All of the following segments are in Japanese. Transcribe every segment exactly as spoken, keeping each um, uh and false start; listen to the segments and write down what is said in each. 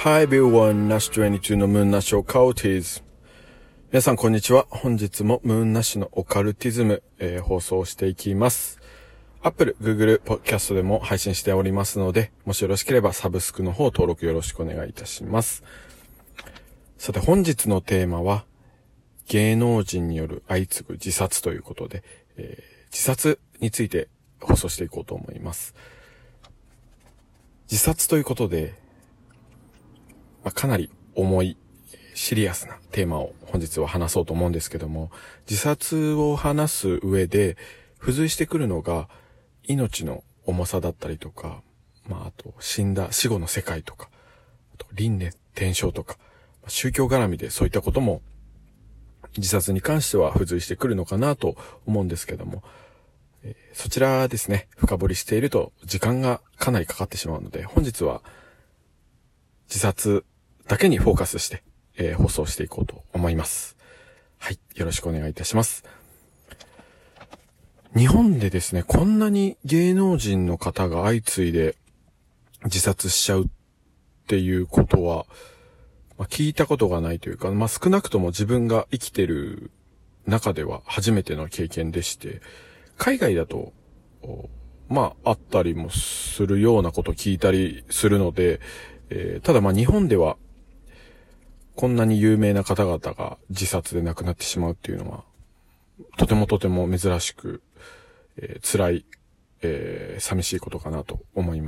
Hi everyone,ナッシュにじゅうにのムーンナッシュオカルティズム。皆さんこんにちは。本日もムーンナッシュのオカルティズム、えー、放送していきます。Apple、Google、Podcast でも配信しておりますので、もしよろしければサブスクの方登録よろしくお願いいたします。さて本日のテーマは、芸能人による相次ぐ自殺ということで、えー、自殺について放送していこうと思います。自殺ということで、まあ、かなり重いシリアスなテーマを本日は話そうと思うんですけども、自殺を話す上で付随してくるのが命の重さだったりとか、まああと死んだ死後の世界とか、あと輪廻転生とか、宗教絡みでそういったことも自殺に関しては付随してくるのかなと思うんですけども、えー、そちらですね、深掘りしていると時間がかなりかかってしまうので、本日は自殺だけにフォーカスして、えー、放送していこうと思います。はい、よろしくお願いいたします。日本でですね、こんなに芸能人の方が相次いで自殺しちゃうっていうことは、まあ、聞いたことがないというか、まあ、少なくとも自分が生きてる中では初めての経験でして、海外だと、まあ、あったりもするようなこと聞いたりするので、えー、ただまあ日本ではこんなに有名な方々が自殺で亡くなってしまうっていうのはとてもとても珍しく、えー、辛い、えー、寂しいことかなと思います。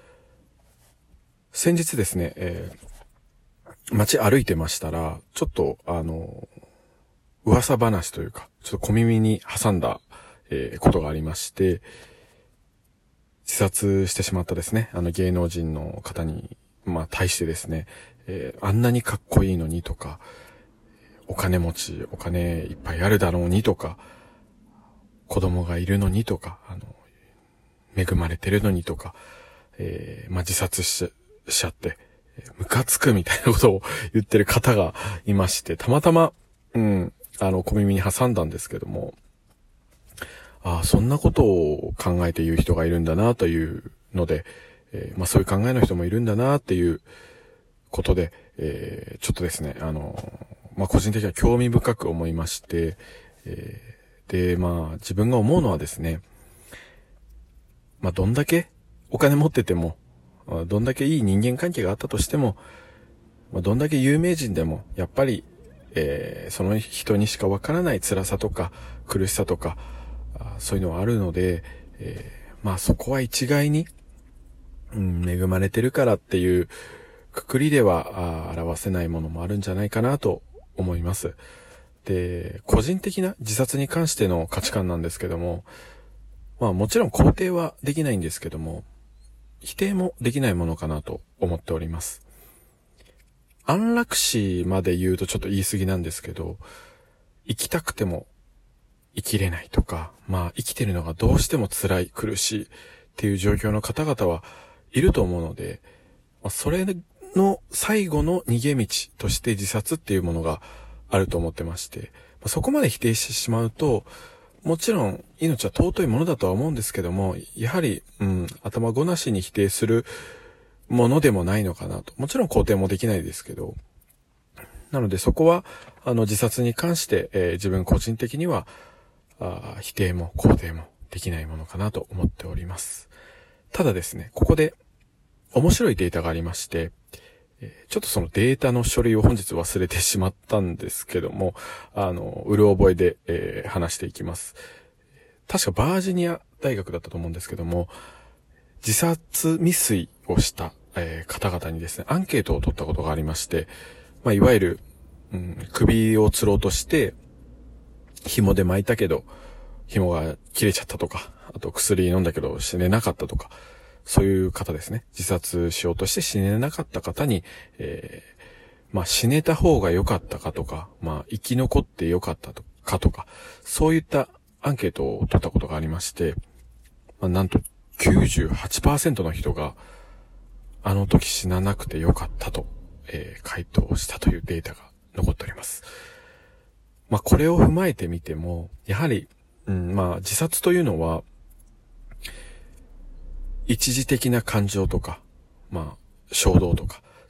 先日ですね、えー、街歩いてましたらちょっとあの噂話というかちょっと小耳に挟んだ、えー、ことがありまして、自殺してしまったですね、あの芸能人の方にまあ対してですね、えー、あんなにかっこいいのにとか、お金持ち、お金いっぱいあるだろうにとか、子供がいるのにとか、あの、恵まれてるのにとか、えー、まあ、自殺し、しちゃって、ムカつくみたいなことを言ってる方がいまして、たまたま、うん、あの、小耳に挟んだんですけども、ああ、そんなことを考えて言う人がいるんだなというので、えー、まあ、そういう考えの人もいるんだなっていうことで、えー、ちょっとですね、あの、まあ、個人的には興味深く思いまして、えー、で、まあ、自分が思うのはですね、まあ、どんだけお金持ってても、どんだけいい人間関係があったとしても、まあ、どんだけ有名人でも、やっぱり、えー、その人にしかわからない辛さとか苦しさとか、そういうのはあるので、えー、まあそこは一概に、うん、恵まれてるからっていうくくりでは表せないものもあるんじゃないかなと思います。で、個人的な自殺に関しての価値観なんですけども、まあもちろん肯定はできないんですけども、否定もできないものかなと思っております。安楽死まで言うとちょっと言い過ぎなんですけど、生きたくても生きれないとか、まあ生きてるのがどうしても辛い、苦しいっていう状況の方々はいると思うので、まあ、それの最後の逃げ道として自殺っていうものがあると思ってまして、まあ、そこまで否定してしまうと、もちろん命は尊いものだとは思うんですけども、やはり、うん、頭ごなしに否定するものでもないのかなと。もちろん肯定もできないですけど、なのでそこは、あの自殺に関して、えー、自分個人的には、あ否定も肯定もできないものかなと思っております。ただですね、ここで面白いデータがありまして、ちょっとそのデータの書類を本日忘れてしまったんですけども、あの、うる覚えで、えー、話していきます。確かバージニア大学だったと思うんですけども、自殺未遂をした、えー、方々にですね、アンケートを取ったことがありまして、まあ、いわゆる、うん、首を吊ろうとして、紐で巻いたけど、紐が切れちゃったとか、あと薬飲んだけど死ねなかったとか、そういう方ですね。自殺しようとして死ねなかった方に、えー、まあ死ねた方が良かったかとか、まあ生き残って良かったかとか、そういったアンケートを取ったことがありまして、まあ、なんと きゅうじゅうはちパーセント の人が、あの時死ななくて良かったと、えー、回答したというデータが残っております。まあこれを踏まえてみても、やはり、うん、まあ自殺というのは、一時的な感情とか、まあ衝動とか、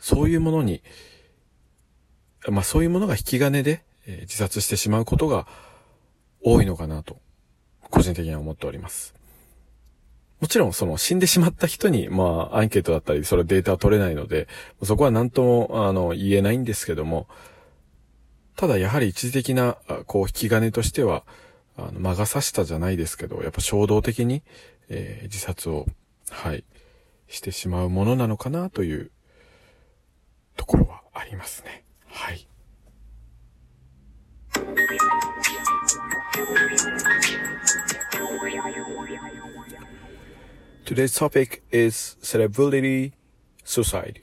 そういうものに、まあそういうものが引き金で、えー、自殺してしまうことが多いのかなと、個人的には思っております。もちろんその死んでしまった人に、まあアンケートだったり、それデータは取れないので、そこは何とも、あの、言えないんですけども、ただやはり一時的な、こう引き金としては、あの、魔が差したじゃないですけど、やっぱ衝動的に、えー、自殺を、はい、してしまうものなのかなというところはありますね。はい。Today's topic is celebrity suicide.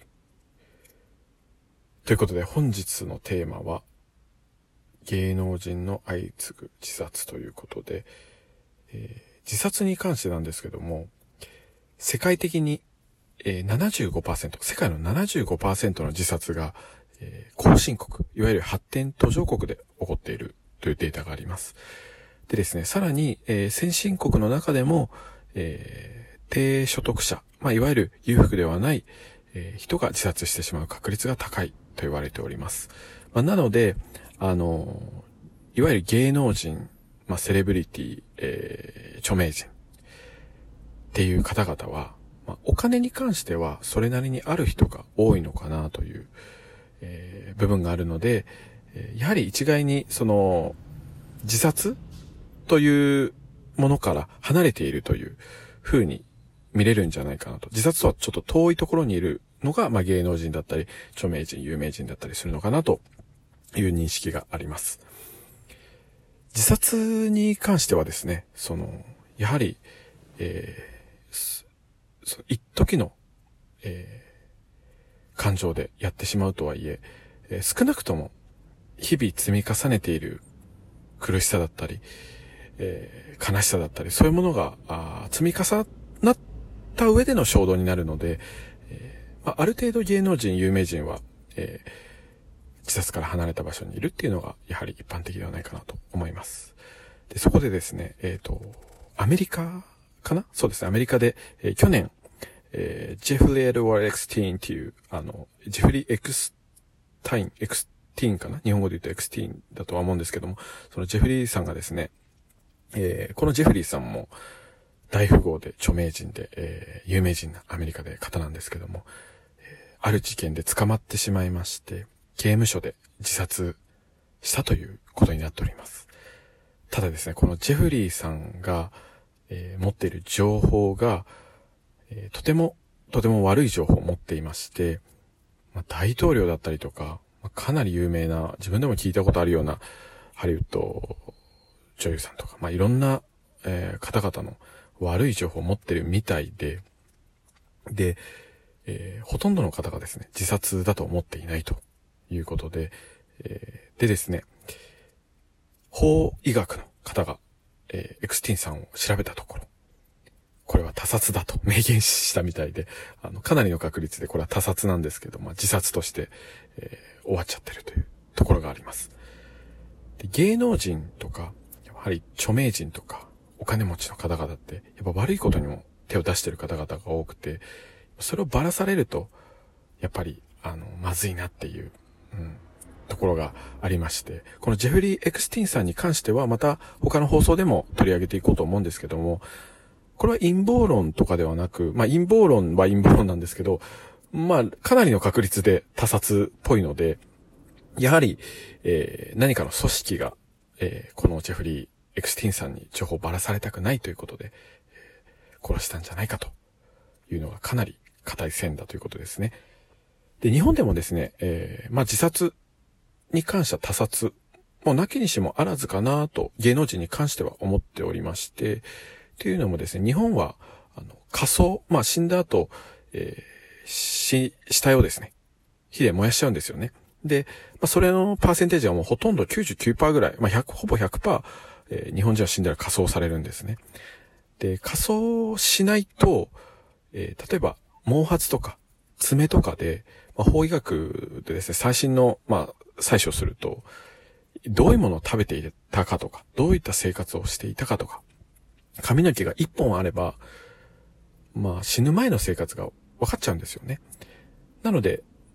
ということで本日のテーマは芸能人の相次ぐ自殺ということで、えー、自殺に関してなんですけども、世界的に、えー、ななじゅうごパーセント、世界の ななじゅうごパーセント の自殺が、えー、後進国、いわゆる発展途上国で起こっているというデータがあります。でですね、さらに、えー、先進国の中でも、えー低所得者、まあ、いわゆる裕福ではない、えー、人が自殺してしまう確率が高いと言われております。まあ、なので、あの、いわゆる芸能人、まあ、セレブリティ、えー、著名人っていう方々は、まあ、お金に関してはそれなりにある人が多いのかなという、えー、部分があるので、やはり一概にその自殺というものから離れているという風に見れるんじゃないかなと。自殺とはちょっと遠いところにいるのが、まあ、芸能人だったり、著名人、有名人だったりするのかなという認識があります。自殺に関してはですね、その、やはり、えー、一時の、えー、感情でやってしまうとはいえ、えー、少なくとも日々積み重ねている苦しさだったり、えー、悲しさだったり、そういうものが、あ積み重なった上での衝動になるので、えーまあ、ある程度芸能人、有名人は、えー、自殺から離れた場所にいるっていうのが、やはり一般的ではないかなと思います。で、そこでですね、えっと、アメリカかな？そうですね、アメリカで、えー、去年、えー、ジェフリー・エドワード・エクスティーンっていう、あの、ジェフリー・エクスタイン、エクスティーンかな？日本語で言うとエクスティーンだとは思うんですけども、そのジェフリーさんがですね、えー、このジェフリーさんも大富豪で著名人で、えー、有名人なアメリカで方なんですけども、えー、ある事件で捕まってしまいまして、刑務所で自殺したということになっております。ただですね、このジェフリーさんが、えー、持っている情報が、えー、とても、とても悪い情報を持っていまして、まあ、大統領だったりとか、まあ、かなり有名な、自分でも聞いたことあるようなハリウッド女優さんとか、まあ、いろんな、えー、方々の悪い情報を持ってるみたいで、で、えー、ほとんどの方がですね、自殺だと思っていないということで、えー、でですね、法医学の方が、えー、エクスティンさんを調べたところ、これは他殺だと明言したみたいで、あの、かなりの確率でこれは他殺なんですけど、まあ、自殺として、えー、終わっちゃってるというところがあります。で、芸能人とか、やはり著名人とか、お金持ちの方々って、やっぱ悪いことにも手を出している方々が多くて、それをばらされると、やっぱり、あの、まずいなっていう、うん、ところがありまして、このジェフリー・エクスティンさんに関しては、また他の放送でも取り上げていこうと思うんですけども、これは陰謀論とかではなく、まあ陰謀論は陰謀論なんですけど、まあかなりの確率で他殺っぽいので、やはり、えー、何かの組織が、えー、このジェフリー・エクスティンさんに情報をばらされたくないということで、えー、殺したんじゃないかというのがかなり固い線だということですね。で、日本でもですね、えー、まあ自殺に関しては他殺もなきにしもあらずかなと芸能人に関しては思っておりまして、というのもですね、日本はあの火葬、まあ死んだ後、えー、死死体をですね、火で燃やしちゃうんですよね。で、まあ、それのパーセンテージはもうほとんど きゅうじゅうきゅうパーセント ぐらい、まあ、ひゃくほぼ ひゃくパーセント、えー、日本人は死んだら火葬されるんですね。で、火葬しないと、えー、例えば毛髪とか爪とかで、まあ、法医学でですね、最新のまあ採取すると、どういうものを食べていたかとか、どういった生活をしていたかとか、髪の毛が一本あれば、まあ死ぬ前の生活が分かっちゃうんですよね。なので、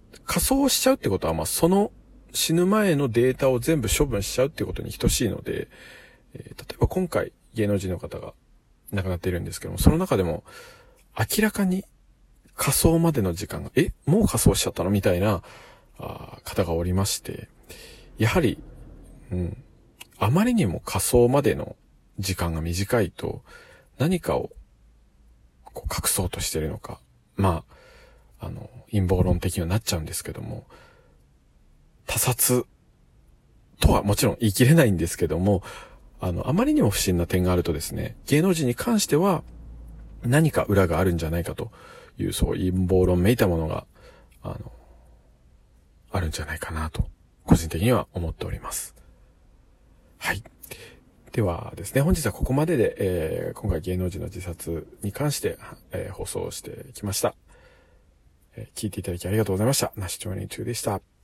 仮装しちゃうってことは、まあ、その死ぬ前のデータを全部処分しちゃうってことに等しいので、えー、例えば今回芸能人の方が亡くなっているんですけども、その中でも明らかに仮装までの時間が、え、もう仮装しちゃったのみたいなあ方がおりまして、やはり、うん、あまりにも仮装までの時間が短いと何かをこう隠そうとしているのか、まあ、あの、陰謀論的にはなっちゃうんですけども、他殺とはもちろん言い切れないんですけども、あの、あまりにも不審な点があるとですね、芸能人に関しては何か裏があるんじゃないかという、そう陰謀論めいたものが、あの、あるんじゃないかなと、個人的には思っております。はい。ではですね、本日はここまでで、えー、今回芸能人の自殺に関して、えー、放送してきました。えー、聞いていただきありがとうございました。ナシトゥエンティーツーでした。